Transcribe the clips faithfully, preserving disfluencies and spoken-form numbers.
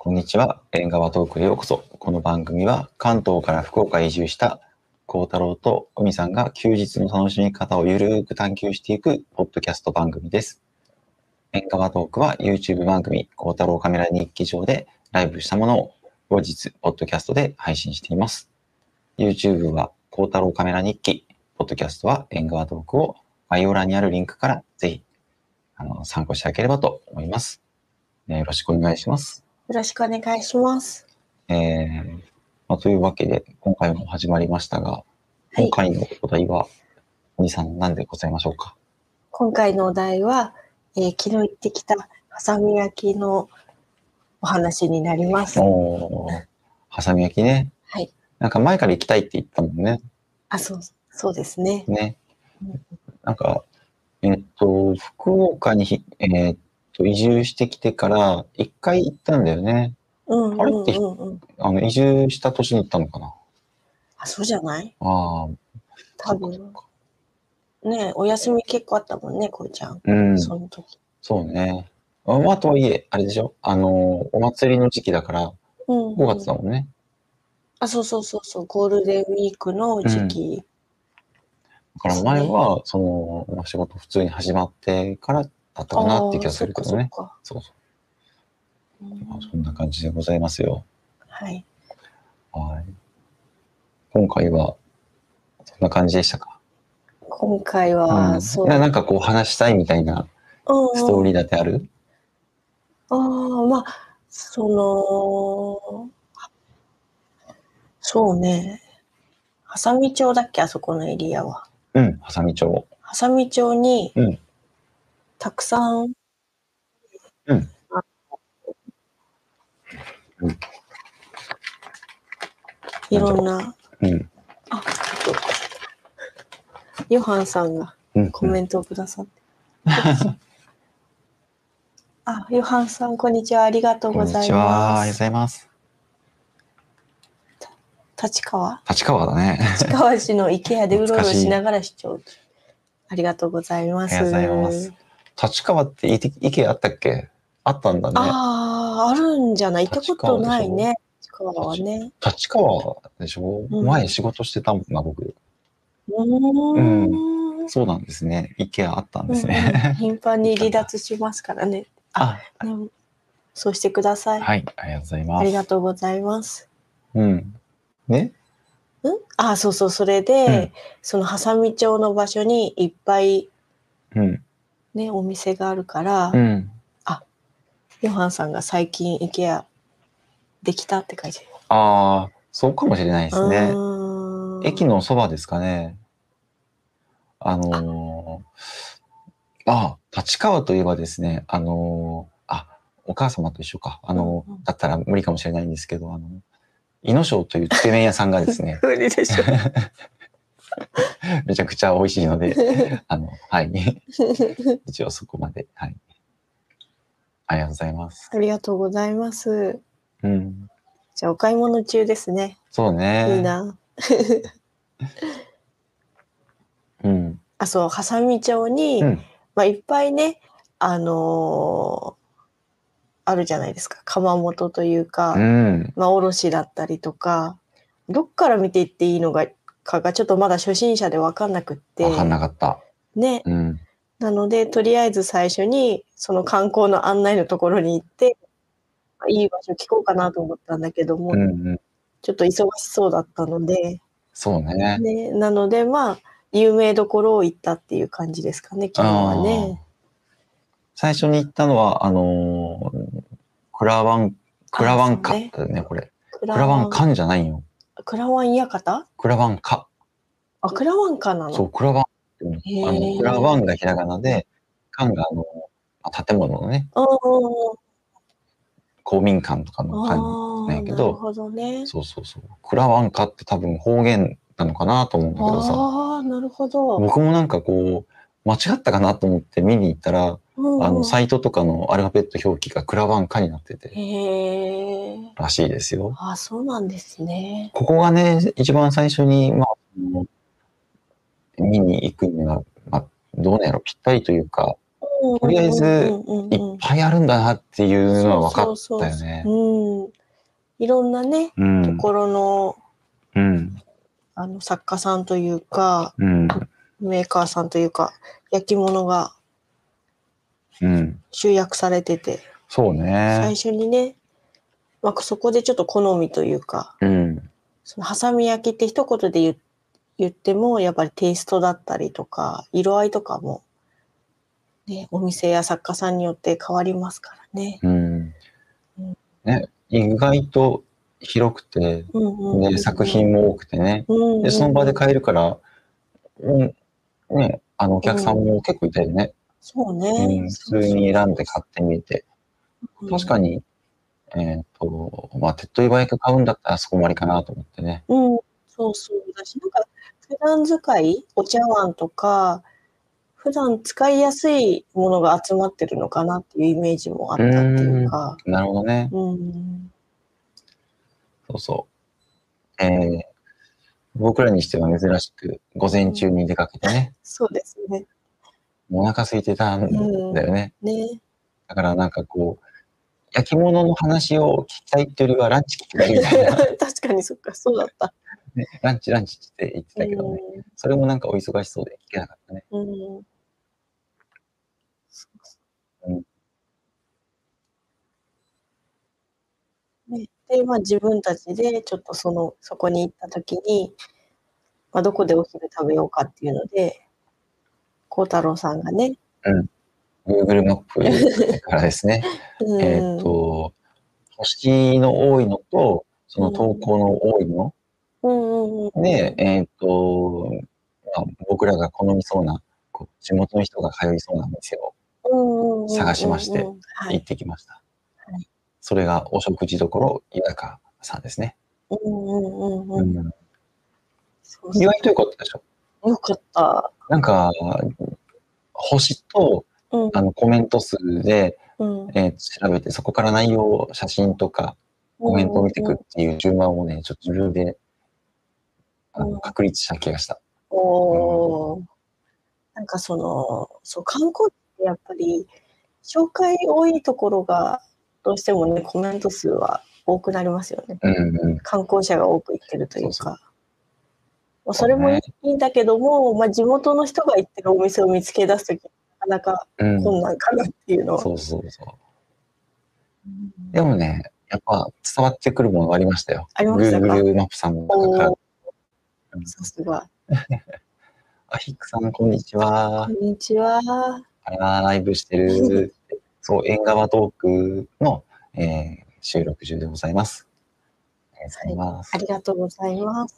こんにちは。縁側トークへようこそ。この番組は関東から福岡へ移住した幸太郎と海さんが休日の楽しみ方をゆるーく探求していくポッドキャスト番組です。縁側トークは YouTube 番組幸太郎カメラ日記上でライブしたものを後日ポッドキャストで配信しています。YouTube は幸太郎カメラ日記、ポッドキャストは縁側トークを概要欄にあるリンクからぜひあの参考していただければと思います。よろしくお願いします。 よろしくお願いします。 えーまあ、というわけで、今回も始まりましたが、はい、今回のお題は、海さん何でございましょうか？ 今回のお題は、えー、昨日行ってきたハサミ焼きのお話になります。 おー、ハサミ焼きね。 はい。 なんか前から行きたいって言ったもんね。 あ、そう、そうですね。 ね。うん、なんか、えっと、福岡に、えー、っと移住してきてから一回行ったんだよね。 うんうんうん、 あれって、あの移住した年に行ったのかな？ あ、そうじゃない？ ああ、 多分。ねえ、お休み結構あったもんね、こうちゃん。 うん。 その時。 そうね。まあ、とはいえ、あれでしょ？あの、お祭りの時期だから、ごがつだもんね。 あ、そうそうそうそう、ゴールデンウィークの時期、うん。 だから前は、その、仕事普通に始まってからだったかなっていう気がするけどね。そうそうそう。うん、そんな感じでございますよ。 はい。 はい。今回は、そんな感じでしたか？ 今回は、 うん、 そう。 なんかこう話したいみたいなストーリーだってある？ うんうん、ああ、まあ、その、そうね。波佐見町だっけ、あそこのエリアは。 うん、波佐見町。 波佐見町に、 うん、 たくさん、 うん。うん、 いろんな、 うん、 あ、ちょっと、ヨハンさんがコメントをくださって。うんうん、あ、ヨハンさん、こんにちは。ありがとうございます。 こんにちは。ありがとうございます。 立川立川だね。 立川市の池屋でうろうろしながら視聴。ありがとうございます。 ありがとうございます。立川って池あったっけ？あったんだね。 ああ、あるんじゃない？行ったことないね。立川はね。 立川でしょ、うん、前仕事してたもんな、僕。 うん、 うん。そうなんですね。池あったんですね。 うん、頻繁に離脱しますからね。あ、あね、そうしてください。 はい、ありがとうございます。 ありがとうございます。 うん。ね？ ん？あ、そうそう、それで、うん、その波佐見町の場所にいっぱい、 うん、 ね、お店があるから、 うん、 あ、ヨハンさんが最近 IKEA できたって書いてある。 ああ、そうかもしれないですね。駅のそばですかね。あのー、ああ、立川といえばですね、あのー、あ、お母様と一緒か。あの、うんうん、だったら無理かもしれないんですけど、あの、伊野庄というつけ麺屋さんがですね。 無理でしょ。 めちゃくちゃ美味しいので、あの、はい。一応そこまで、はい。ありがとうございます。 ありがとうございます。 うん。 じゃあお買い物中ですね。 そうね。 いいな。 うん。 あ、そう、波佐見町に、うん、まあいっぱいね、あのー、あるじゃないですか。窯元というか、うん、まあ卸だったりとか、どっから見ていっていいのかがちょっとまだ初心者で分かんなくって。 分かんなかった。 ね。うん、なので、とりあえず最初に、その観光の案内のところに行って、いい場所聞こうかなと思ったんだけども、うんうん、ちょっと忙しそうだったので。 そうね。 ね、なので、まあ、有名どころを行ったっていう感じですかね、昨日はね。 最初に行ったのは、あのー、クラワン、クラワンカだね、これ。クラワンカンじゃないよ。 クラワン館？ クラワンカ。 あ、クラワンカなの？ そう、クラワン。あの、クラワンがひらがなで、カンがあの、建物のね。公民館とかの感じなんやけど。 なるほどね。 そうそうそう。クラワンカって多分方言なのかなと思うんだけどさ。 ああ、なるほど。 僕もなんかこう、間違ったかなと思って見に行ったら、うん、あの、サイトとかのアルファベット表記がクラワンカになってて。 へー。 らしいですよ。 あ、そうなんですね。 ここがね、一番最初に、まあ、見に行くには、まあ、どうなんやろ、ぴったりというか、 とりあえずいっぱいあるんだなっていうのは分かったよね。 うん。いろんなね、 うん、 ところの、 うん、 あの作家さんというか、 うん、 メーカーさんというか、焼き物が集約されてて、うん、 そうね。 最初にね、まあ、そこでちょっと好みというか、うん、そのハサミ焼きって一言で 言, 言ってもやっぱりテイストだったりとか色合いとかも、ね、お店や作家さんによって変わりますからね。うんうん、ね、意外と広くて、で作品も多くてね、でその場で買えるから、うんね、あのお客さんも結構いたよね。うん、 そうね、 うん。普通に選んで買ってみて。確かに、えっと、まあ、手っ取り早く買うんだったらそこまでかなと思ってね。 うん、そうそうだし、なんか普段使い、お茶碗とか、普段使いやすいものが集まってるのかなっていうイメージもあったっていうか。 うーん、なるほどね。 うん。 そうそう。えー、僕らにしては珍しく午前中に出かけてね。 そうですね。 お腹空いてたんだよね。 うん、ね。 だからなんかこう、焼き物の話を聞きたいっていうよりはランチ聞きたいみたいな。 確かにそっか、そうだった。 ね、ランチランチって言ってたけどね。それもなんかお忙しそうで聞けなかったね。うん。うん。ね、で、まあ自分たちでちょっとその、そこに行った時に、まあ、どこでお昼食べようかっていうので、幸太郎さんがね。うん。Google マップからですね。えっと、星の多いのと、その投稿の多いの。で、えっと、まあ、僕らが好みそうな、こう地元の人が通いそうな店を探しまして、行ってきました。はい、それがお食事処ゆだかさんですね。うん。意外と良かったでしょ？良かった。なんか、星と、あの、コメント数で、えー、調べて、そこから内容、写真とか、コメントを見ていくっていう順番をね、ちょっと自分で、あの、確立した気がした。おー。なんかその、そう、観光ってやっぱり、紹介多いところが、どうしてもね、コメント数は多くなりますよね。うんうん。観光者が多く行ってるというか。そうそう、それもいいんだけども、まあ、地元の人が行ってるお店を見つけ出すとき、なかなか困難かなっていうのは。うん、そうそうそう。でもね、やっぱ伝わってくるものがありましたよ。Google マップさんの中から。さすが。あ、ヒックさん、こんにちは。こんにちは。あら、ライブしてる。そう、縁側トークの、えー、収録中でございます。ありがとうございます。ありがとうございます。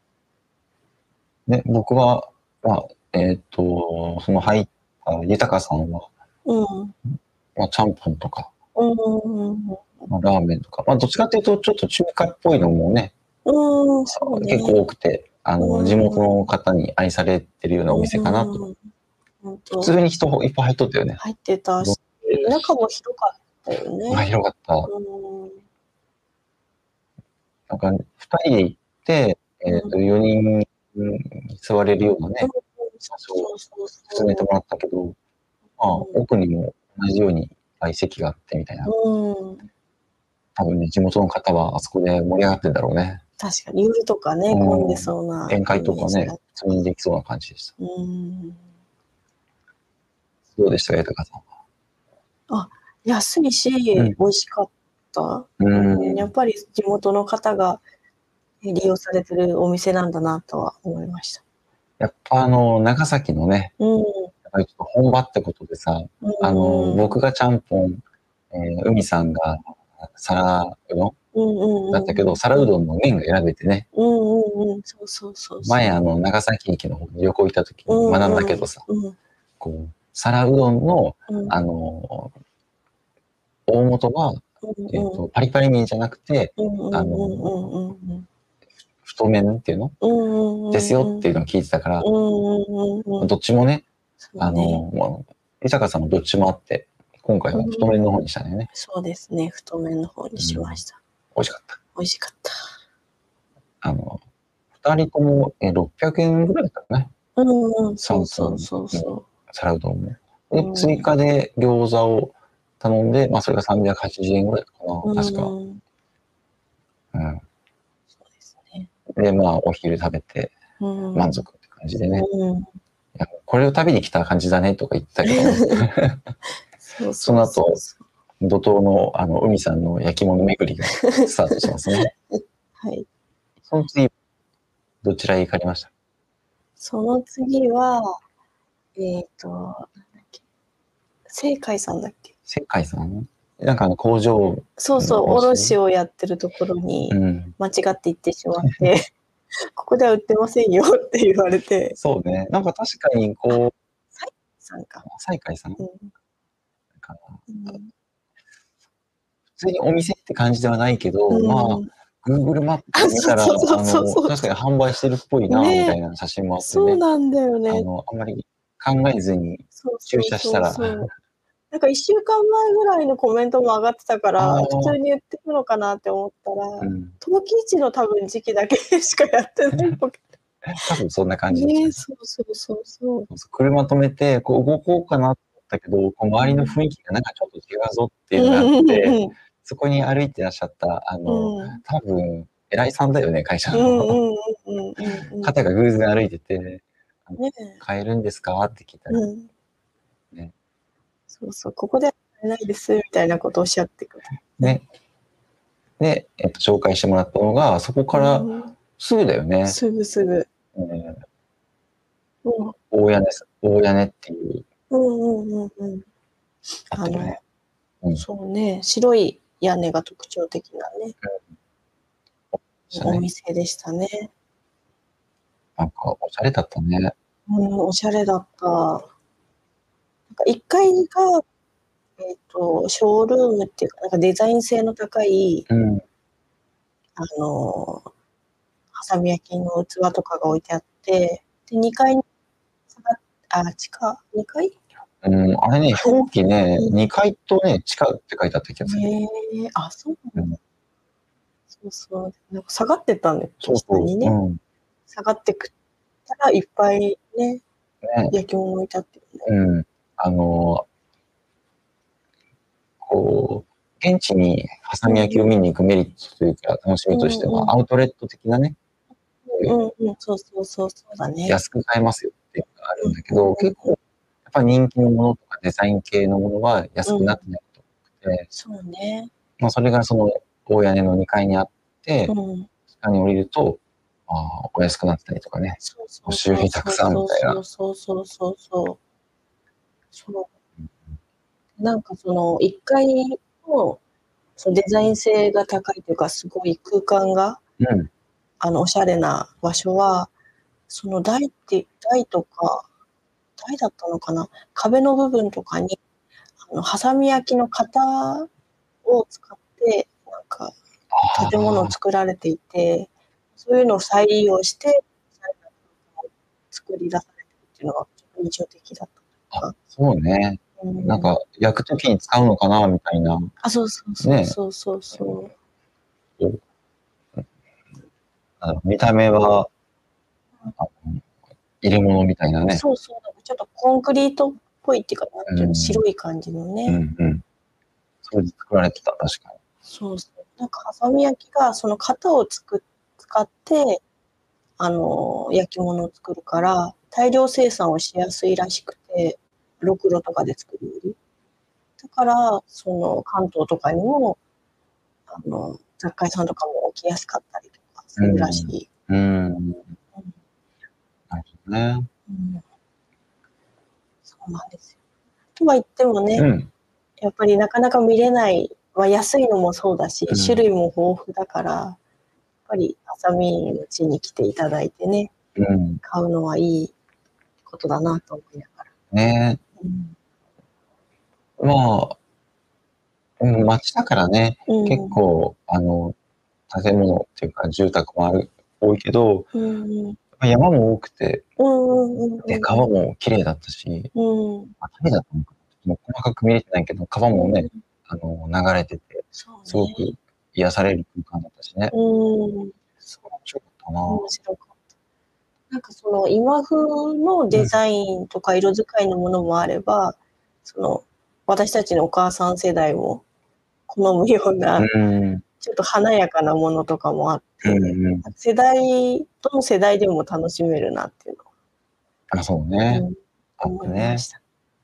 で、僕は、まあ、えっと、その入った豊さんは、うん。まあ、ちゃんぽんとか、うんうんうん、まあ、ラーメンとか、まあ、どっちかっていうと、ちょっと中華っぽいのもね、うん、そうね、結構多くて、あの、地元の方に愛されてるようなお店かなと。うん、普通に人いっぱい入っとったよね。入ってたし、中も広かったよね。あ、広かった。うん、なんか、二人で行って、えっと、よにん座れるようなね、場所を進めてもらったけど、まあ、奥にも同じようにいっぱい席があってみたいな。うん。多分ね、地元の方はあそこで盛り上がってんだろうね。確かに、夜とかね、混んでそうな。宴会とかね、普通にできそうな感じでした。うん。どうでしたか、豊さんは。あ、安いし、美味しかった。うん。やっぱり地元の方が利用されてるお店なんだなとは思いました。やっぱあの、長崎のね、うん、やっぱりちょっと本場ってことでさ、うん、あの、僕がちゃんぽん、えー、海さんが皿うどんだったけど、皿うどんの麺が選べてね。うんうんうん、そうそうそうそう。前あの、長崎駅の方に旅行行った時に学んだけどさ、うんうん、こう、皿うどんの、うん、あの、大元は、うんうん、えーと、パリパリ麺じゃなくて、あの、太麺っていうの、うんうんうん、ですよっていうのを聞いてたから、うんうんうん、どっちもね、あの、まあ、豊さんもどっちもあって、今回は太麺の方にしたんだよね。そうですね、太麺の方にしました。うん、美味しかった。美味しかった。あの、二人ともえろっぴゃくえんぐらいだったかね。うんうん、そうそうそうそう。皿うどんも。 で、追加で餃子を頼んで、まあそれがさんびゃくはちじゅうえんぐらいかな、確か。うん。そうですね。で、まあお昼食べて満足って感じでね。うん、いやこれを食べに来た感じだねとか言ってたけど、そうその後、怒涛のあの海さんの焼き物巡りがスタートしますね。はい。その次、どちらへ行かれました？その次は、えっと、なんだっけ。清海さんだっけ？清海さん？なんかあの工場。そうそう、卸をやってるところに間違って行ってしまって、うん、ここでは売ってませんよって言われて。そうね。なんか確かにこう。清海さんか。清海さん？うん。かな。うん、普通にお店って感じではないけど、うん、まあ、Google マップ見たら、あの、確かに販売してるっぽいな、みたいな写真もあってね。そうなんだよね。あの、あんまり考えずに駐車したら。なんかいっしゅうかんまえぐらいのコメントも上がってたから、普通に言ってるのかなって思ったら、うん、陶器市の多分時期だけしかやってないっぽくて。多分そんな感じですね。そうそうそうそう。車止めて、こう動こうかなと思ったけど、こう周りの雰囲気がなんかちょっと違うぞっていうのがあって、うん、そこに歩いてらっしゃった、あの、うん、多分、偉いさんだよね、会社の。方が偶然歩いてて、ね、買えるんですかって聞いたら、うんね、そうそう、ここでは買えないです、みたいなことをおっしゃってくる。ね。で、えっと、紹介してもらったのが、そこからすぐだよね。うん、すぐすぐ。えーうん、大屋根、大屋根っていう。うんうんうんうん。あったよね。うん、そうね、白い屋根が特徴的なね。うん、お店でしたね。なんか、おしゃれだったね。うん、おしゃれだった。なんかいっかいが、えっと、ショールームっていうか、なんかデザイン性の高い、うん、あの、はさみ焼きの器とかが置いてあって、で、にかいに下がっあ、地下、にかい？うん、あれね、表記ね、にかいとね、地下って書いてあった気がする。へえ、あ、そうなんだ。そうそう。なんか下がってたんだよ、下にね。下がってくったらいっぱいね、焼き物置いてあってるね。うん。あの、こう、現地にはさみ焼きを見に行くメリットというか、楽しみとしては、アウトレット的なね、うんうん、そうそうそうそうだね。安く買えますよっていうのがあるんだけど、結構、やっぱ人気のものとかデザイン系のものは安くなってないと思って、そうね。まあそれがその大屋根のにかいにあって、下に降りると、ああ、お安くなってたりとかね。そうそうそう。種類たくさんみたいな。そうそうそうそう。そう。なんかそのいっかいのそのデザイン性が高いというか、すごい空間が、うん、あのおしゃれな場所は、その台って台とか、台だったのかな、壁の部分とかに、あの、はさみ焼きの型を使って、なんか、建物を作られていて、そういうのを再利用して、作り出されてるっていうのが印象的だった。あ、そうね。うん、なんか、焼くときに使うのかなみたいな。あ、そうそうそうそうそうそう。ね、見た目は、入れ物みたいなね。そうそう。ちょっとコンクリートっぽいっていうか、なんていうの、白い感じのね。うんうん。それで作られてた、確かに。そうそう。なんか、はさみ焼きが、その型をつく使って、あの、焼き物を作るから、大量生産をしやすいらしくて、ろくろとかで作るより。だから、その、関東とかにも、あの、雑貨屋さんとかも置きやすかったりとかするらしい。うん。うん。なるほどね。うん。そうなんですよ。とは言ってもね、うん、やっぱりなかなか見れない、まあ、安いのもそうだし、うん、種類も豊富だから、やっぱりハサミの地に来ていただいてね、うん、買うのはいいことだなと思いながら。ねえ。うん、まあ、うん、街だからね、うん、結構、あの、建物っていうか住宅もある、多いけど、うん山も多くて、で、川も綺麗だったし、うん、あ、綺麗だったのかな。細かく見れてないけど、川もね、うん、あの、流れてて、すごく癒される空間だったしね。うん。すごい面白かったな。面白かった。なんかその今風のデザインとか色使いのものもあれば、 その、私たちのお母さん世代も好むような、 うん、 ちょっと華やかなものとかもあって、 うんうん、 世代、どの世代でも楽しめるなっていうのあ、そうを、 ね。 うん、 あっ思いまたね。 した。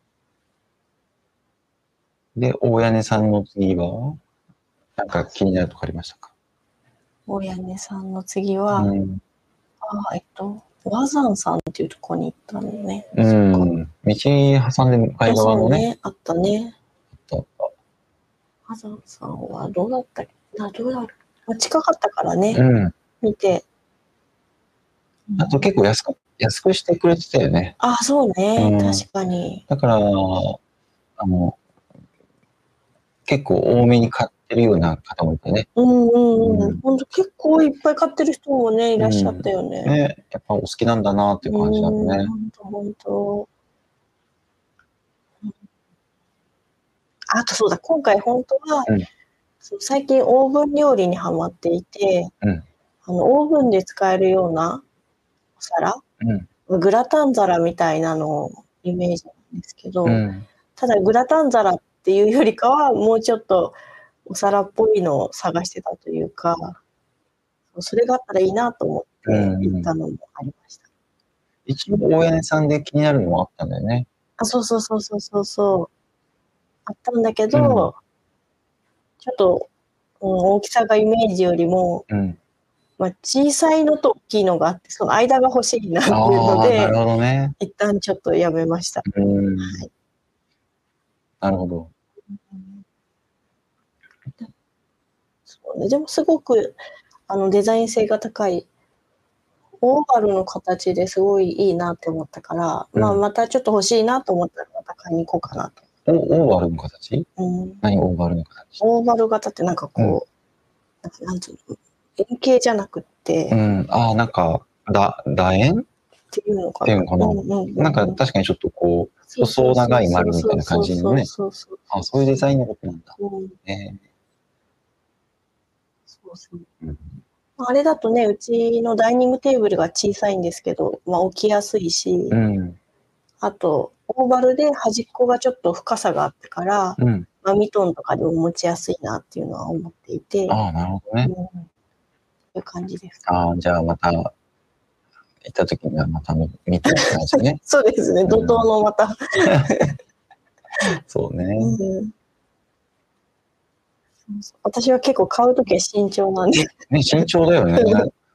で、大屋根さんの次は、なんかあ、 気になるとこありましたか？ 大屋根さんの次は、 うん。 あ、えっと、和山さんっていうとこに行ったのね。 うそっか。 ん。道挟んで向かいあ、 側のね。 そうね、あったね。 あった。 和山さんはどうだったっけな、どうだろう。まあ、近かったからうね、 ん。 見て。 あと結構安く、安くしてくれてたよね。 あ、そうね、 うん。 確かに。 だから、あの、結構多めに買ってるような方もいてね。 うんうんうん。 うん。 ほんと結構いっぱい買ってる人もね、いらっしゃっうん。 たよね。 ね、やっぱお好きなんだなっていう感じだうーん、 ね。 ほんとほんと。うん。あとそうだ、今回ほんとは、 うん。 その最近オーブン料理にハマっていて、 うん。 あの、オーブンで使えるようなお皿、 うん。 ま、グラタン皿みたいなのをイメージなんですけど、 うん。 ただグラタン皿っていうよりかは、もうちょっとお皿っぽいのを探してたというか、そう、それがあったらいいなと思っうてんうん。 行ったのもありました。 一応大屋根さんで気になるのもあったんだよね。 あ、そうそうそうそうそうそう。あったんだけうん。 ど、ちょっと、うん、大きさがイメージよりも、 うん。 ま、小さいのと大きいのがあって、その間が欲しいなっていうのああ、なるで、 ほどね。 一旦ちょっとやめました。 うーん。 はい。 なるほど。 うんうん。そうね、でもすごく、あの、デザイン性が高いオーバルの形ですごいいいなって思ったから、まあ、 うん。 またちょっと欲しいなと思ったらまた買いに行こうかなと。 おオーバルの形？ うん。 何オーバルの形？ オーバル型ってなんかうん。 こう、なんかなんつうの、円形じゃなくってうん、ああ、なんか、だ楕円っていうのかな。 ていうのかな。 うんうんなんかうんうん。 確かにちょっとこう、 そうそう細長いそうそう丸みたいな感そうそうじのね。 そうそうそうあ、 そうそそういうデザインのことなんだ。 う。うん。 ええ。 そうそう。 うん。 ま、あれだとね、うちのダイニングテーブルが小さいんですけど、ま、置きやすいし、 うん。 あと、オーバルで端っこがちょっと深さがあったから、 うん。 ま、ミトンとかでも持ちやすいなっていうのは思っていて、 ああ、なるほどね。 うん、いう感じです。 ああ、じゃあまた、行った時にはまたみ見てって感じね。 そうですね、怒涛うん。 のまた。 そうね。 うん。そうそう。私は結構買う時は慎重なんで。 ね、慎重だよね。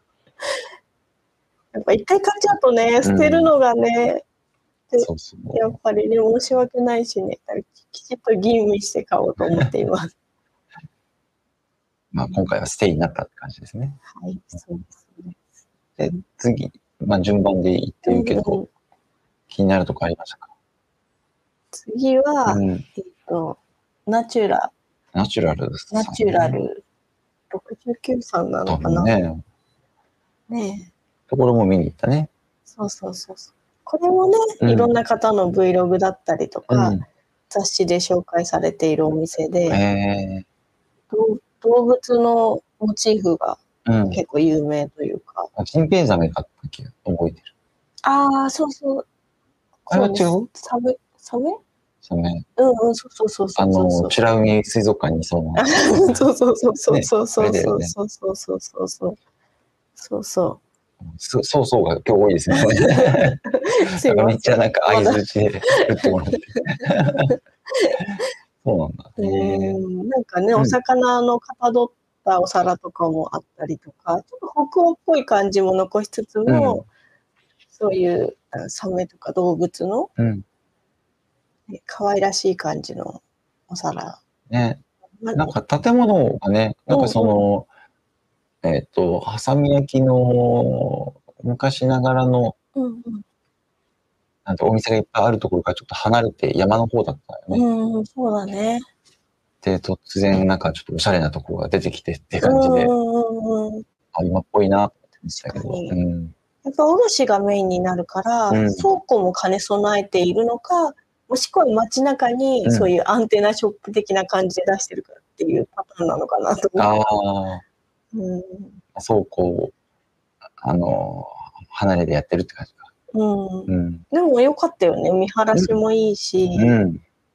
やっぱ一回買っちゃうとね、捨てるうん。 のがね、で、 そうそやっう。 ぱりね、申し訳ないしね、だからきちっと吟味して買おうと思っています。 まあ、今回はステイになったって感じですね。 はい、そうですね。 で、次、まあ、順番で言ってうんるけど、 うん。 気になるとこありましたか？ 次は、 うん。 えっと、ナチュラナチュラルナチュラさんね。 ルろくじゅうきゅうさんなの多かな。 分ね。 ねえ。 ところも見に行ったね。 そうそうそうそう。これもね、 うん。 いろんな方の Vlog だったりとか、 うん。 雑誌で紹介されているお店へで、 え。 どう動物のモチーフがうん。 結構有名というか。 あ、ジンベエザメだったっけ？覚えてる。 ああ、そうそう。 あれそうです。 は違う？ サメサメ？ サメ。 うんうん、そうそうそうそあの、 うそうそう。 美ら海水族館にいそうな。 そうそうそうそうね、 そうあそうそうれだよね。 そうそうそうそうそう。そうそう。 すそうそうが今日多いですね。 すいなんかめません。 っちゃなんかまだ相槌で打ってもらって。そうなんだうね。 ーん、なんかね、おうん。 魚のかたどったお皿とかもあったりとか、ちょっと北欧っぽい感じも残しつつうん。 も、そういう、あ、サメとか動物の、 うん。 ね、可愛らしい感じのお皿。 ね。 ま、 なんか建物がね、なんかそうんうん。 の、えっと、波佐見焼の昔ながらの、 うんうん。 なんてお店がいっぱいあるところからちょっと離れて山の方だったよね。 うんうん、そうだね。 で、突然なんかちょっとおしゃれなところが出てきてっていううん感じで、 うんうんうん。 あ、今っぽいなって思ったけど、う確かに。 ん。 やっぱ卸がメインになるから、 うん。 倉庫も兼ね備えているのか、もしくは街中にうん。 そういうアンテナショップ的な感じで出してるかっていうパターンなのかなと思あって。 あ、 うん。 倉庫、あの、離れでやってるって感じか。 うん。 うん。 でも良かったよね。見晴らうん。 しもいいし、 うん。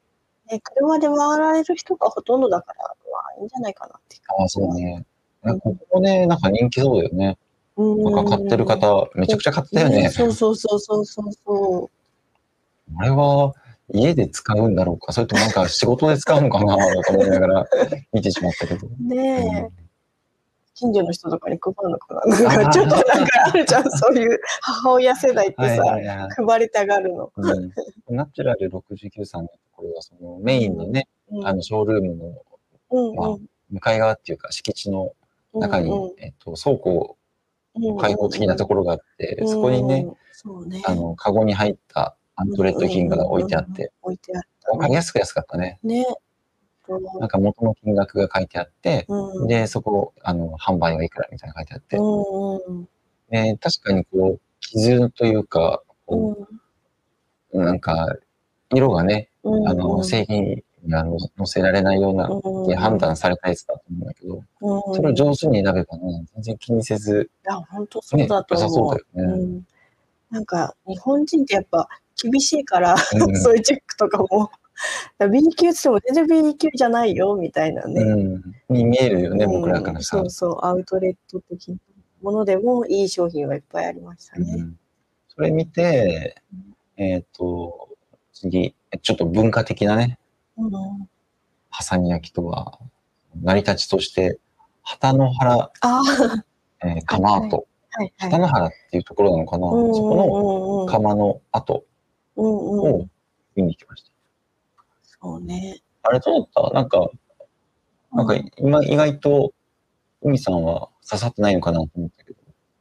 ね、車で回られる人がほとんどだから、まあ、いいんじゃないかなっていうああ、そうね。なんかここね、なんか人気そうだよね。 うなんか買ってる方、めちゃくちゃ買ったよね。 そうそうそうそうそうそう。 あれは家で使うんだろうか、それともなんか仕事で使うのかなと思いながら見てしまったけど。 ねえ。うん、近所の人とかに配るのかな。なんかちょっとなんかあるじゃん、そういう母親世代ってさ、はいはいはい、配りたがるの。 うん、ナチュラルろくじゅうきゅうさんのところはそのメインのね、うん、あのショールームの、うんうん、まあ、向かい側っていうか敷地の中に、うんうん、えっと、倉庫開放的なところがあって、うんうん、そこにね、そうね、あのカゴに入ったアウトレット品が置いてあって、置いてあった、ね。わかりやすく安かったね。ね。なんか元の金額が書いてあって、うん、で、そこ、あの、販売はいくらみたいな書いてあって。うん、で、確かにこう、傷というか、こう、うん、なんか、色がね、うん、あの、製品にあの載せられないような、で判断されたやつだと思うんだけど、うん、それを上手に選べばね、全然気にせず、 いや、本当そうだと思う。ね、良さそうだよね。うん、なんか、日本人ってやっぱ厳しいから、うん、そういうチェックとかも。ビー 級って言っても全然 ビー 級じゃないよみたいなね。 うん。に見えるよね、うん、僕らからさ。 そうそう、アウトレット的なものでもいい商品はいっぱいありましたね。うん、 それ見て、えっと、次、ちょっと文化的なね、うん、ハサミ焼きとは、成り立ちとして、旗の原、えー、窯跡。旗の原っていうところなのかな、そこの窯の跡を見に行きました。 そうね。 あれどうだった？なんか、なんか今意外と海さんは刺さってないのかなと思ったけど。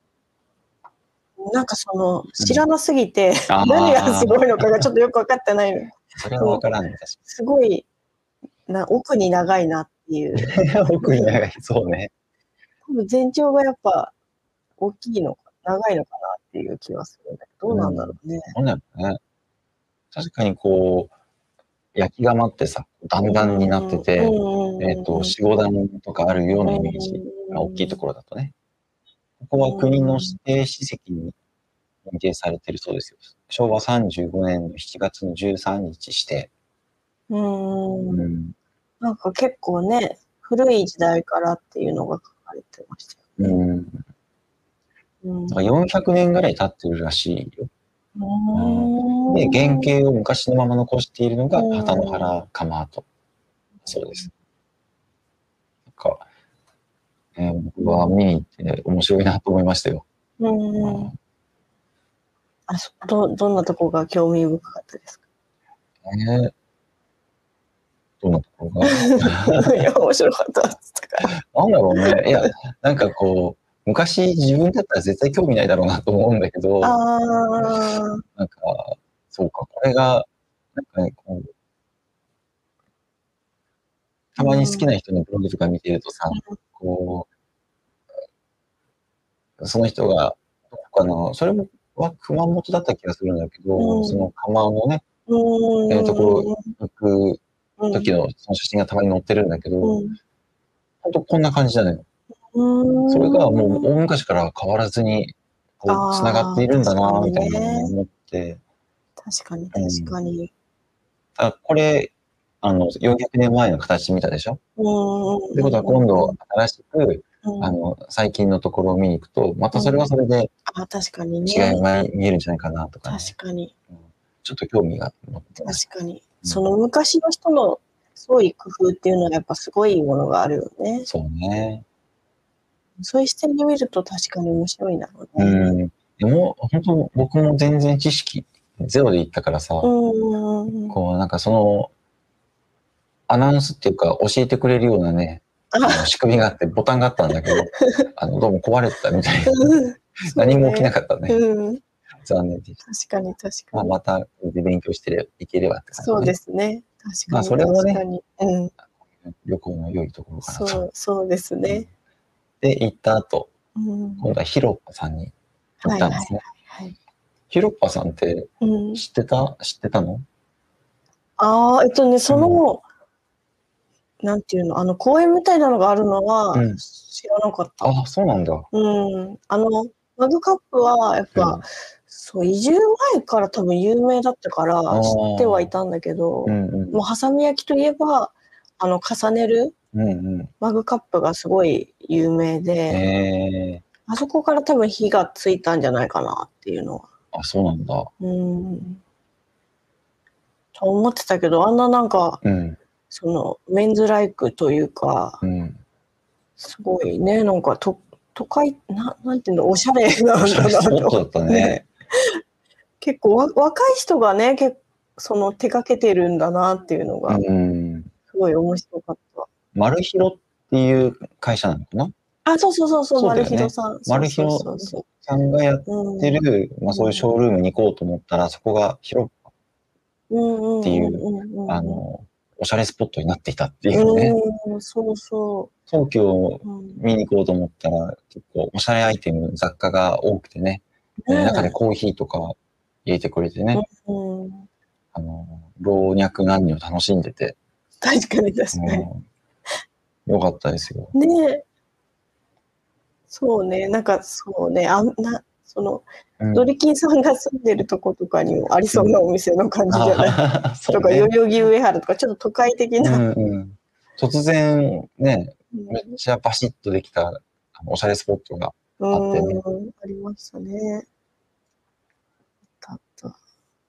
なんかその知らなすぎて、うん、何がすごいのかがちょっとよく分かってないの。それは分からんね、確かに。すごいな奥に長いなっていう。奥に長い、そうね。多分全長がやっぱ大きいのか長いのかなっていう気はするんだけど、どうなんだろうね。そうだよね。確かにこう。焼き窯ってさ、段々になってて、えっと、よん、ご段とかあるようなイメージが大きいところだとね。ここは国の指定史跡に認定されているそうですよ。しょうわさんじゅうごねんのしちがつのじゅうさんにち指定。うん。うん、なんか結構ね、古い時代からっていうのが書かれてましたよね。うん。うん、よんひゃくねんぐらい経ってるらしいよ。うん、で、原型を昔のまま残しているのが旗の原窯跡。そうです。なんか、えー、僕は見に行って面白いなと思いましたよ。うん。あ、ど、どんなとこが興味深かったですか？えー、どんなとこがいや、面白かったっつったから。なんだろうね。いや、なんかこう、昔自分だったら絶対興味ないだろうなと思うんだけど、あなんか、そうか、これが、なんかね、こう、たまに好きな人のブログとか見てるとさ、うん、こう、その人が、どこかな、それもは熊本だった気がするんだけど、うん、その窯のね、うん、えー、ところ行く時のその写真がたまに載ってるんだけど、うん、ほんとこんな感じだね。それがもう大昔から変わらずに、こう、繋がっているんだな、みたいなのを思って。確かに、確かに。うん、あ、これ、あの、よんひゃくねんまえの形見たでしょ？ってことは今度、新しく、あの、最近のところを見に行くと、またそれはそれで、あ、確かにね。違いが見えるんじゃないかなとかね。確かに。ちょっと興味が持ってます。確かに。その昔の人の創意工夫っていうのはやっぱすごいものがあるよね。そうね。そういう視点で見ると確かに面白いんだろうね。うん。でも、本当僕も全然知識ゼロで行ったからさ、うんこうなんかその、アナウンスっていうか教えてくれるようなね、あの仕組みがあってボタンがあったんだけど、あの、どうも壊れてたみたいな。何も起きなかったね。うん、残念でした。確かに確かに。まあ、また勉強していければって感じ、ね。そうですね。確かに。まあ、それもね、うん、旅行の良いところかなと。そう、そうですね。うん、で、行った後、うん、今度はヒロッパさんに行ったんですね。はいはいはい、ヒロッパさんって知ってた、うん、知ってたの？ああ、えっとね、その、うん、なんていうの、あの、公園みたいなのがあるのは知らなかった。うん、あ、そうなんだ。うん。あの、マグカップはやっぱ、 そう、移住前から多分有名だったから知ってはいたんだけど、 うんうん、 もう波佐見焼といえば、あの、重ねるうんうん、 マグカップがすごい有名で、 えー、 あそこから多分火がついたんじゃないかなっていうのは。 あ、そうなんだ。 うん。と思ってたけど、あんななんか、 うん、 その、メンズライクというか、 うん、 すごいね、なんかと、都会、ななんていうの、おしゃれなんおしゃれだなスポットだと。 ったね。 結構わ若い人がね、けその手掛けてるんだなっていうのが、 うん、 すごい面白かった。 マルヒロっていう会社なのかな。 あ、そうそうそうそう、マルそうだよね。 ヒロさん。 マルヒロそうそうそうさんがやってる、 うんまあそういうショールームに行こうと思ったら、そこが広うんっていう、 うんうんあの、おしゃれスポットになっていたっていうね。 うん、そうそ東京をう。うん見に行こうと思ったら、結構おしゃれアイテム、雑貨が多くてね、えー中でコーヒーとか入れてくれてね、 うんうんあの、老若男女楽しんでて、 確かに確かに。 うんよかったですよ。 ねえ。そうね、なんかそうね、あんな、その、 うんドリキンさんが住んでるとことかにもありそうなお店の感じじゃない、 あーそうとか、 ね。 代々木上原とか、ちょっと都会的うな。 んうん。突然ね、 うんめっちゃバシッとできたあのおしゃれスポットがうあってね。 ん、ありましたね。あった。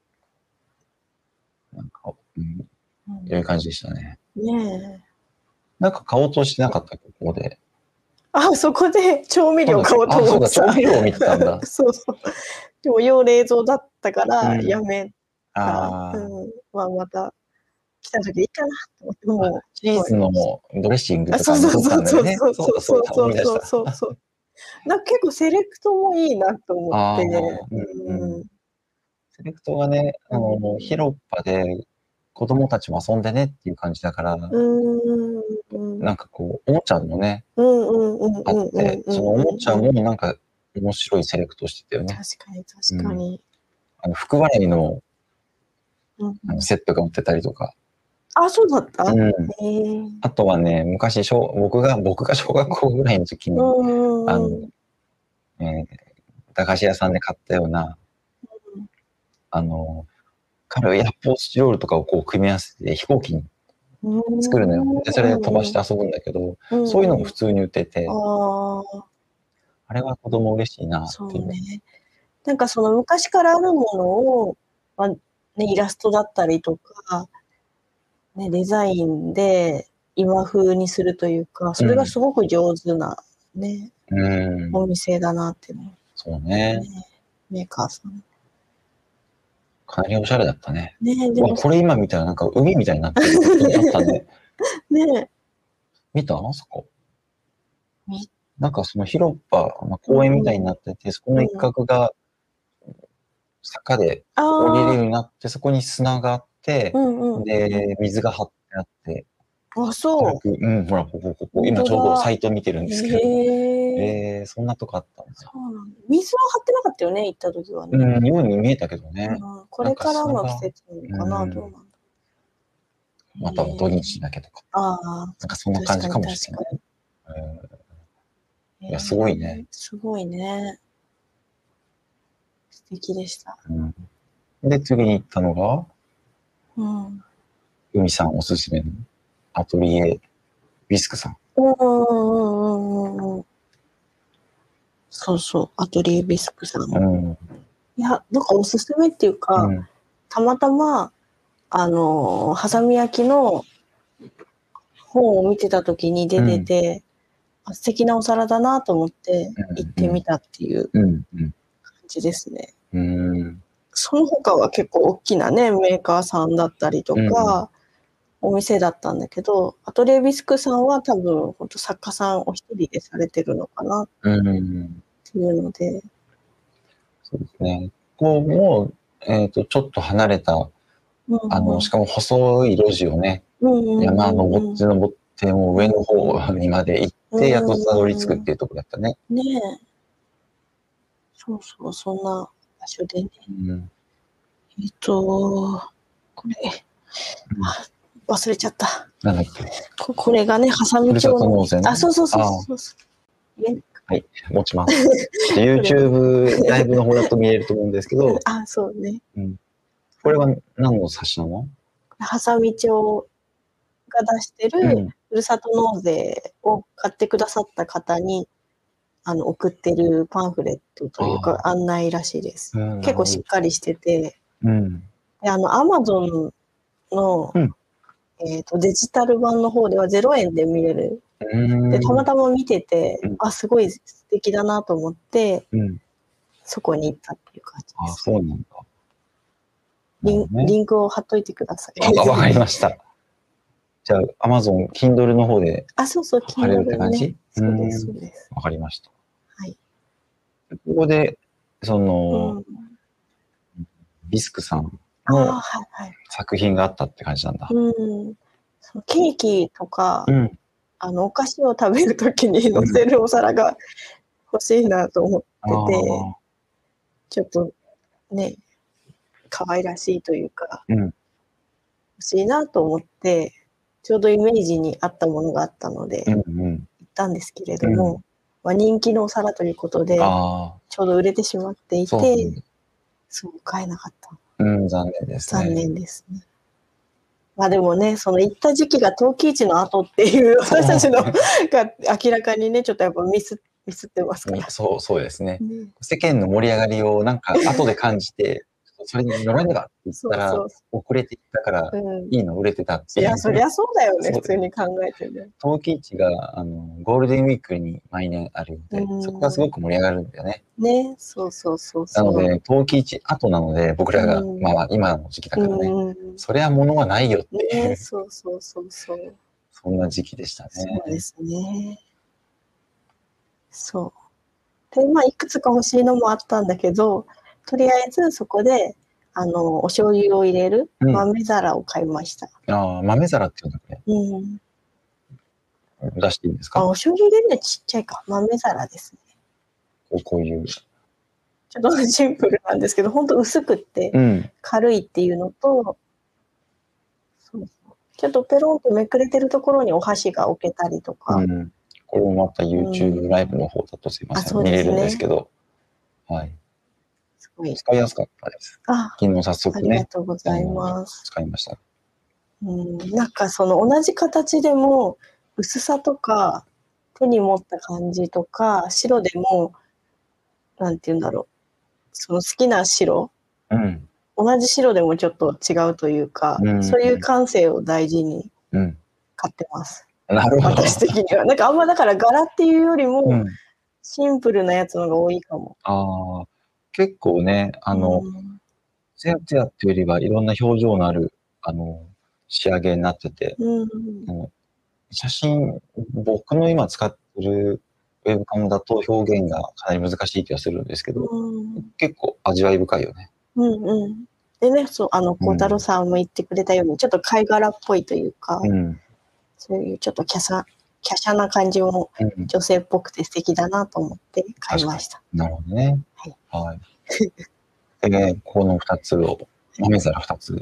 なんか、うん、 うん良い感じでしたね。 ねえ。 なんか買おうとしてなかった、ここで。 あ、そこで調味料買おうとあ、そうだ、 思ってた。 調味料を見てたんだ。 そうそう。でも要冷蔵だったからうんやめた。 ああ、 うん。まあ、また来た時いいかなと思って、もう。 チーズのドレッシングあ、 とか残っそうそうそうたんだよね。 そうそうそうだ、そうだ、 そうそう思い出した。 そうそう。なんか結構セレクトもいいなと思ああ、 って。 うんうん。 うん。 セレクトがね、あの、 うん広っ端で子供たちも遊んでねっていう感じだから、 うんうん。 なんかこう、おもちゃもね、 うんうんうんあっうんて、 うんそのおもちゃうん。 もなんか面白いセレクトしてたよね。 確かに確かに。 あの、福笑いのうんあのセットが売ってたりとか。 あ、そうだった？ うん。 へえ。 あとはね、昔、小僕が、僕が小学校ぐらいの時に、 うんあの、 うんうん。 えー駄菓子屋さんで買ったような、あの、軽い発泡スチロールとかをこう組み合わせて飛行機に作るのよ。で、それで飛ばして遊ぶんだけど、そういうのも普通に売ってて、 ああ、 あれは子供嬉しいなっていう。 そうね。なんかその昔からあるものを、ま、ね、イラストだったりとか、ね、デザインで今風にするというか、それがすごく上手なね、 うん。 お店だなってね。 そうね。 ね、メーカーさん。 かなりおしゃれだったね。 ね、でわ、 もこれ今見たらなんか海みたいになってるとこあったね。 ね。 見たそこ。 みなんかその広っ端、まあ、公園みたいになってて、そこの一角が坂で降りれるようになって、そこに砂があって、で、水が張ってあって、 あ、そう。 うん、ほら、ここ、ここ、今ちょうどサイト見てるんですけど、 へえ。 えー、そんなとこあったんだ。 そうなんだ。水は張ってなかったよね、行った時はね。 うん、ように見えたけどね。 うん、これからの季節なのかな、どうなんだろう。 または土日だけとか。 ああ、 なんかそんな感じかもしれない。いや、すごいね。 すごいね。素敵でした。 うん、で、次に行ったのが、 うん。 海さんおすすめのアトリエビスクさん。 うんうんうんうんうん。そうそう、アトリエビスクさん。 うん、 いや、なんかおすすめっていうか、うん、たまたま、あの、波佐見焼の本を見てた時に出てて、うん、素敵なお皿だなと思って行ってみたっていう感じですね。 うんうん、 その他は結構大きなね、メーカーさんだったりとか、うん、お店だったんだけど、アトリエビスクさんは多分、本当作家さんお一人でされてるのかなっていうので。 うん、そうですね。こう、もう、えっと、ちょっと離れた、うんうん、あの、しかも細い路地をね、うんうんうんうん、山登って登って、もう上の方にまで行って、やっとたどり着くっていうところだったね。 ねえ。そうそう、そんな場所でね。うん、えっと、これ、うん、忘れちゃった。 なんだっけ。 ここれがね、波佐見町の。あ、そうそうそうそうそう。 はい、持ちます。YouTube ライブの方だと見えると思うんですけど。 あ、そうね。 うん。これは何の冊子なの？ 波佐見町が出してる、 うん、 ふるさと納税を買ってくださった方に、あの、送ってるパンフレットというか、案内らしいです。うん、結構しっかりしてて、うん、で、あの、Amazon の、うん、えっと、デジタル版の方ではゼロえんで見れる。で、たまたま見てて、うん、あ、すごい素敵だなと思って、うん、そこに行ったっていう感じです。 あ、そうなんだ。 リン、ね、リンクを貼っといてください。 あ、わかりました。じゃあ、Amazon、Kindle の方であ、そうそう、 貼れるって感じ？ ね、そうです、そうです。 わかりました。 はい。 ここで、その、うん、ビスクさんの作品があったって感じなんだ。 うん。そのケーキとか、うん、あの、お菓子を食べるときに乗せるお皿が欲しいなと思ってて、うん、ちょっとね、可愛らしいというか、うん、欲しいなと思って、ちょうどイメージに合ったものがあったので、うんうん、行ったんですけれども、うん、まあ、人気のお皿ということで、ちょうど売れてしまっていて、そう、ね、そう買えなかった。 うん、残念ですね。 残念ですね。まあでもね、その行った時期が陶器市の後っていう、私たちのが明らかにね、ちょっとやっぱミス、ミスってますから。 そう、そうですね。ね、世間の盛り上がりをなんか後で感じて、それに乗らねばって言ったら、そうそう、遅れていったから、いいの売れてたっていう。 いや、そりゃそうだよね、普通に考えてね。 陶器市が、あの、ゴールデンウィークに毎年あるので、うん、そこがすごく盛り上がるんだよね。 ね、そうそうそうそう。 なので、陶器市後なので、僕らが、うん、まあ今の時期だからね、うん、それは物はないよっていう、ね。 そうそうそうそう。 そんな時期でしたね。 そうですね。そう。で、まあ、いくつか欲しいのもあったんだけど、とりあえずそこで、あの、お醤油を入れる豆皿を買いました。 うん、ああ、豆皿っていうんだっけ？うん。出していいんですか？ あ、お醤油入れるのはちっちゃいか。豆皿ですね。 こう、こういう。 ちょっとシンプルなんですけど、ほんと薄くって、軽いっていうのと、うん、そうそう、ちょっとペロンとめくれてるところにお箸が置けたりとか。うん、 これもまた YouTube ライブの方だとすいません、うん、見れるんですけど、はい。すごい使いやすかったです。 あ、 昨日早速ね、 ありがとうございます。 使いました。 うん、なんかその同じ形でも、薄さとか、手に持った感じとか、白でも、なんて言うんだろう、その好きな白、うん、同じ白でもちょっと違うというか、うん、そういう感性を大事に買ってます。 うん、なるほど。 私的には。なんかあんまだから柄っていうよりも、うん、シンプルなやつの方が多いかも。 ああ、結構ね、あの、ツヤツヤっていうよりはいろんな表情のある、あの、仕上げになってて、うん、あの写真、僕の今使ってるウェブカムだと表現がかなり難しい気がするんですけど、うん、結構味わい深いよね。 うんうん。でね、そう、あの、孝太郎さんも言ってくれたように、うん、ちょっと貝殻っぽいというか、うん、そういうちょっとキャサ、キャシャな感じも女性っぽくて素敵だなと思って買いました。 うん、なるほどね。はい。はい、でね、この二つを、豆皿二つ。はい。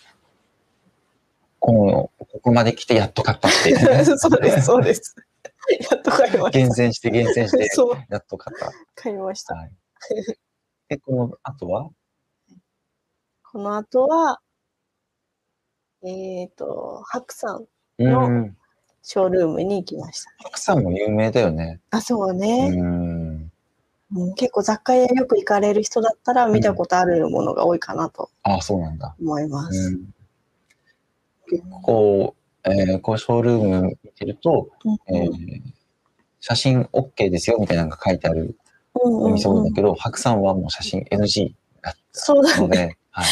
この、ここまで来てやっと買ったっていう、ね。 そうです、そうです。やっと買いました。 厳選して厳選して、やっと買った。 買いました。はい。 で、この後はこの後は、えっと、白山のショールームに行きました、ね。 白山も有名だよね。 あ、そうね。うんうん、結構雑貨屋よく行かれる人だったら見たことあるものが多いかなと。 うん、あ、そうなんだ。 思います。うん、 結構、えー、こうショールーム見てると、うん、えー、写真 OK ですよみたいなのが書いてあるお店多いんだけど、うんうんうん、白山はもう写真 エヌジー だったので、そうだね、はい、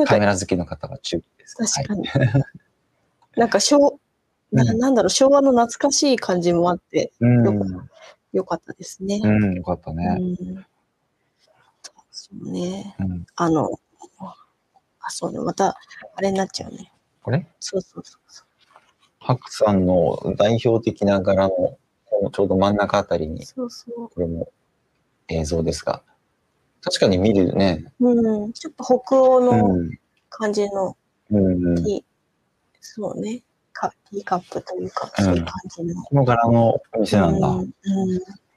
カメラ好きの方は注意です。 確かに。はい、なんか昭な、なんだろう、昭和の懐かしい感じもあって、うん、よ, よかったですね。 うん、よかったね。うん、 そうね、うん、あの、あ、そうね、また、あれになっちゃうね。 これ？ そうそうそうそう。 白山の代表的な柄の、このちょうど真ん中あたりに、 そうそう、 これも映像ですが、確かに見るね。 うん、ちょっと北欧の感じのティー、うんうん、そうね、ティーカップというか、そういう感じの。 この柄のお店なんだ。うんうん、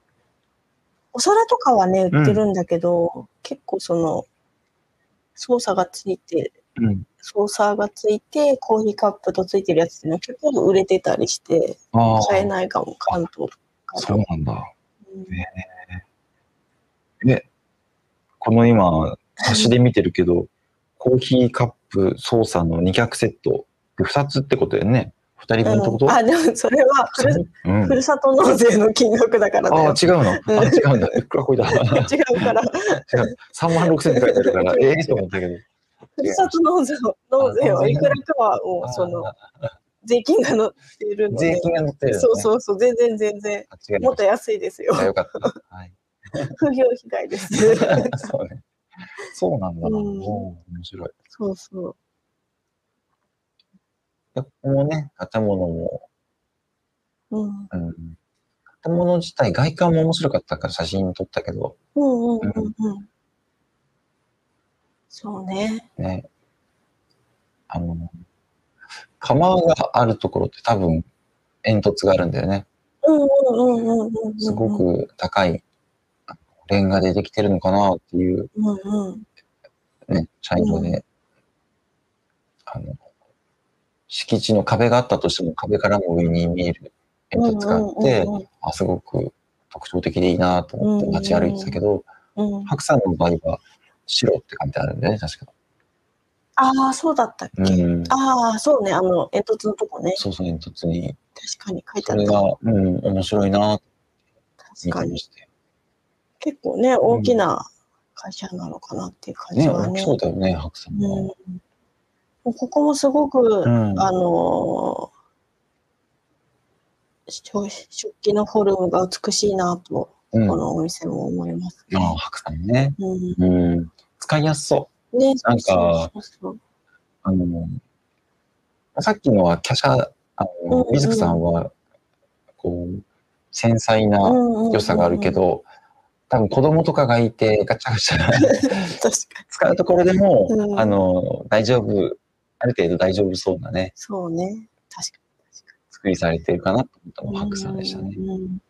お皿とかはね、売ってるんだけど、うん、結構その、操作がついて、うん、操作がついて、コーヒーカップとついてるやつっていうのは結構売れてたりして、買えないかも、関東から。 そうなんだ。うん、えー、で、この今、端で見てるけど、コーヒーカップ操作のに脚セット、ふたつってことだよね。ふたりぶんってこと、うん、 あ、でもそれはふる、うん、ふるさと納税の金額だからだよ。 ああ、違うの、あ、違うんだ。いくらこいだ。 違うから。 違う。さんまんろくせんって書いてあるから、ええと思ったけど。 ふるさと納税納税はいくらかは、もうその、税金が載っているので。 税金が載ってる、ね。 そうそうそう、全然全然。もっと安いですよ。 よかった。はい。 風評被害です。 そうね。そうなんだな。うん、面白い。 そうそう。 ここもね、建物も、 うん。 うん、建物自体、外観も面白かったから写真撮ったけど。 うんうんうんうん。そうね。 ね。あの、窯があるところって多分煙突があるんだよね。 うんうんうんうんうん。 すごく高いレンガでできてるのかなっていう、 うんうん、 ね、茶色で、うん、あの、敷地の壁があったとしても壁からも上に見える煙突があって、あ、すごく特徴的でいいなと思って街歩いてたけど、うんうん、白山の場合は白って書いてあるんだよね、確か。 ああ、そうだったっけ。うん、ああ、そうね、あの、煙突のとこね。 そうそう、煙突に。 確かに書いてあった。 それが、うん、面白いな確かに。結構ね、大きな会社なのかなっていう感じはね。 ね、大きそうだよね、白山は。 うん、ここもすごく、うん、あのー、食器のフォルムが美しいなと、うん、このお店も思いますね。ああ、白山ね。うん。うん、使いやすそう。ね、なんか、そうそうそう、あの、さっきのは華奢、あの、美月さんは、こう、繊細な良さがあるけど、多分子供とかがいてガチャガチャ使うところでも、うん、あの、大丈夫、ある程度大丈夫そうなね。 そうね。確かに確かに。 作りされてるかなと思ったのも白山でしたね。うんうん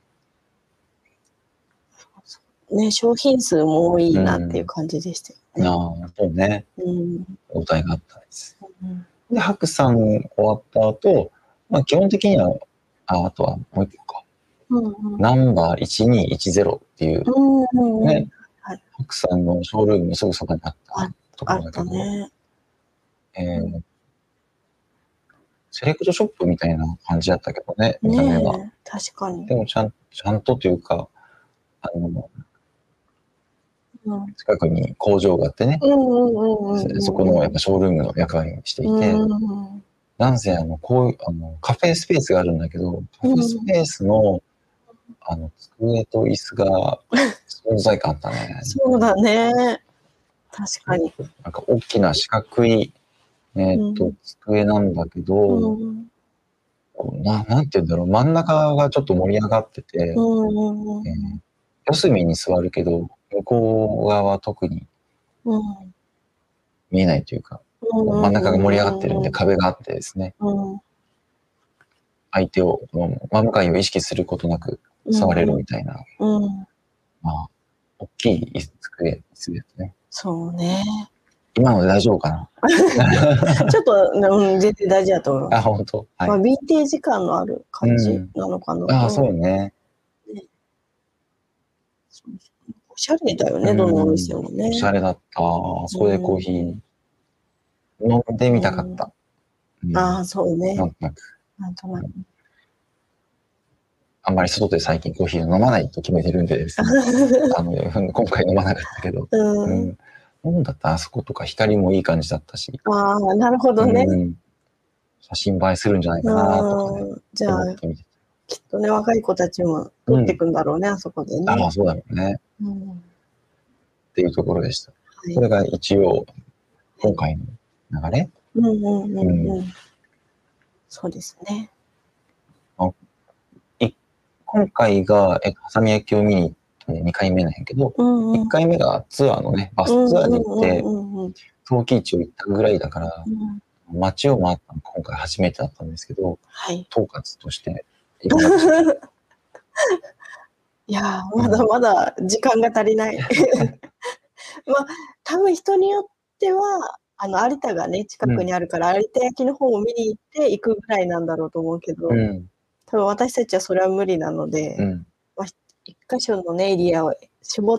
うん、ね、商品数も多いなっていう感じでしたよね。 うん、ああ、そうね。うん。お題があったんです。うん、で、白山終わった後、まあ基本的には、あ、あとはもう一個か。うんうん、ナンバーいちにいちゼロっていう、うんうんうん、ね、はい、白山のショールームのすぐそばにあったところだけど、ね、えー、セレクトショップみたいな感じだったけどね、見た目は。 ね、確かに。 でもちゃん、ちゃんとというか、あの、うん、近くに工場があってね、そこのやっぱショールームの役割にしていて、うんうん、なんせあの、こういう、あの、カフェスペースがあるんだけど、カフェスペースの、あの、机と椅子が存在感あったね。 そうだね。確かに。 なんか大きな四角い、えっと、うん、机なんだけど、うん、な、なんて言うんだろう、真ん中がちょっと盛り上がってて、うんうん、えー、四隅に座るけど、向こう側は特に見えないというか、うん、真ん中が盛り上がってるんで壁があってですね、うん、相手を、真向かいを意識することなく触れるみたいな、うんうん、まあ、大きい机、椅子ですね。 そうね。 今ので大丈夫かなちょっと、うん、全然大事だと思います。 あ、本当。 はい。まあ、ヴィンテージ感のある感じなのかな。うん、 ああ、そうね。ね、 おしゃれだよね、どのお店もね。 おしゃれだった。そこでコーヒー飲んでみたかった。 うんうん、ああ、そうね。 なんとなく。 なんとなく。 あんまり外で最近コーヒーを飲まないと決めてるんでですね。あの、今回飲まなかったけど。うん。うん飲んだったあそことか光もいい感じだったし。 ああ、なるほどね、うん。 写真映えするんじゃないかなとかね。 じゃあ、きっとね、若い子たちも撮っていくんだろうね、うん、あそこでね。 ああ、そうだろうね。うん、っていうところでした。はい、これが一応、今回の流れ。 うんうんうんうん。うん、そうですね。 あい今回が、え、はさみ焼きを見に行ってにかいめなんやけど、うんうん、いっかいめがツアーのね、バスツアーに行って、陶器市を行ったぐらいだから、うん、街を回ったの今回初めてだったんですけど、はい、統括としていかがでしたかいや、まだまだ時間が足りない。ま、多分人によっては、あの、有田がね、近うん。 くにあるから、有田焼の方を見に行って行くぐらいなんだろうと思うけど、 うん。 多分私たちはそれは無理なので、 うん。 ま、いっかしょのね、エリアを絞って、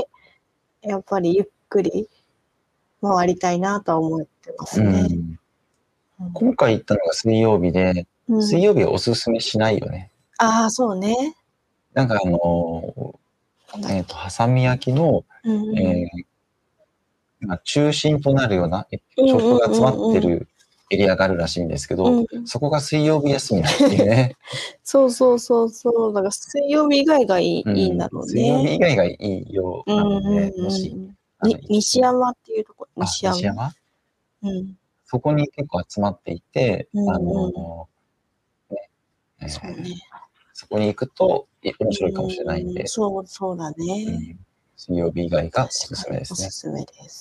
やっぱりゆっくり回りたいなとは思ってますうね。 ん。 うん。 今回行ったのが水曜日で、 うん。 水曜日はお勧めしないよね。 ああ、そうね。 なんかあの、 なんだっけ。 えっと、波佐見焼の、 うんうん。 ええま、中心となるような、え、ショッうんうんプが集まっうんうん。 てるエリアがあるらしいんですけど、 うんうん。 そこが水曜日休みなんっていうね。 そうそうそうそう、だから水曜日以外がいいうん、 いいんだろう水曜日ね。 以外がいいようんうなのうんで、もし、 うん。 あの、 にい西山っていうとこ、 あ、 西山。 西山？ うん。 そこに結構集まっていて、 うあんうん。 の、ね、ええ、 そうね。 そこに行くと、い面う白いかもしれないんーん、 で。 そうそうだね。 うん、水曜日以外がお確かに、 勧めですね。 お勧めです。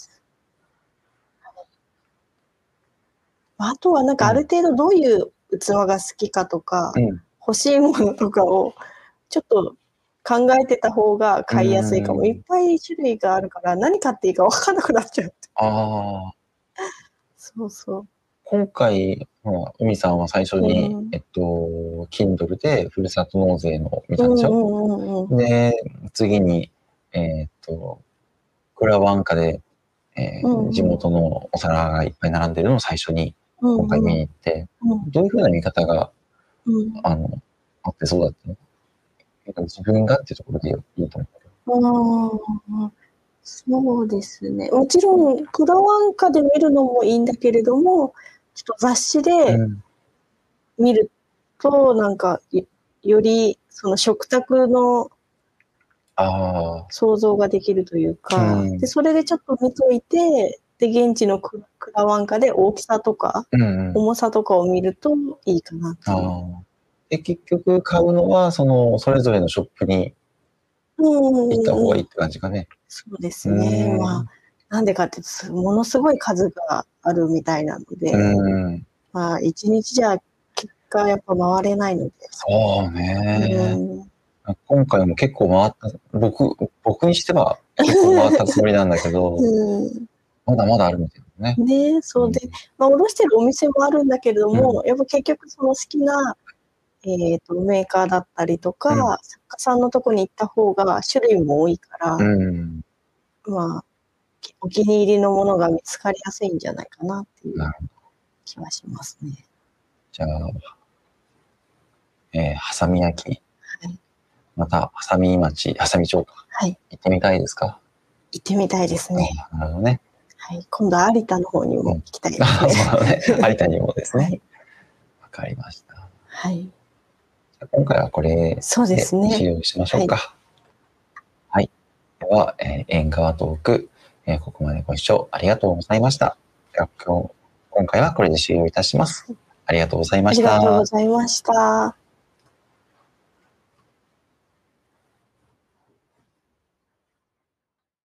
あとはなんかあるうん。 程度どういう器が好きかとか、 うん。 欲しいものとかをちょっと考えてた方がう買いやすいかも。いっーん。 ぱい種類があるから、何買っていいか分かんなくなっちゃう。 ああ。 そうそう。 今回、まあ、海さんは最初に、 うん。 えっと、Kindle でふるさと納税の見うんうたんでしょ？ んうんうん。 で、次に、えっと、クラワンカで、ええ、地うんうん。 元のお皿がいっぱい並んでるのを最初にうんうん。 今回見に行って、 うん。 どういう風な見方が、 うん。 あの、あってそうだったの？なんか自分がっていうところでいいと思うけど。 ああ、そうですね。もちろんクラワンカで見るのもいいんだけれども、ちょっと雑誌でうん。 見ると、なんか、よよりその食卓のああ。 想像ができるといううか、で、 ん。 それでちょっと見といて、で、現地のククラワンカで大きさとか、 うんうん。 重さとかを見るといいかなっていう。 ああ。で、結局買うのは、その、それぞれのショップにうんうん行った方うんうん。 がいいって感じかね。 そうですうね。まあ、 ーん。 なんでかっていうと、すものすごい数があるみたいなのうで、 ーん。 まあ、いちにちじゃ結果やっぱ回れないので。 そううね。 ーん。 あ、今回も結構回った僕僕にしては結構回ったつもりなんだけど、 うん。 まだまだあるみたいなね。 ね、 うん。 そうで、ま、卸してるお店もあるんだけれどうん。 も、やっぱ結局その好きな、ええと、メーカーだったりとうん。 か、作家さんのとこに行った方が種類も多いかうら、 ん。 まあ、きお気に入りのものが見つかりやすいんじゃないかなっていうなるほど。 気はしますね。 じゃあええ、波佐見焼。 はい。 また波佐見町波佐見町か、 はい。 行ってみたいですか？ 行ってみたいですね。 ああ、なるほどね。 はい、今度は有田の方にうん。 も行きたいですああ、 ね。 そうなのね。有田にもですね。 はい。 分かりました。 はい。 じゃ、今回はこれそうでですね。 終了しましょはい。 うか。はい。では、ええ、縁側トーク、ええ、ここまでご視聴ありがとうございました。では、今日今回はこれで終了いたします。 はい。 ありがとうございましありがとうごた。 ざいました。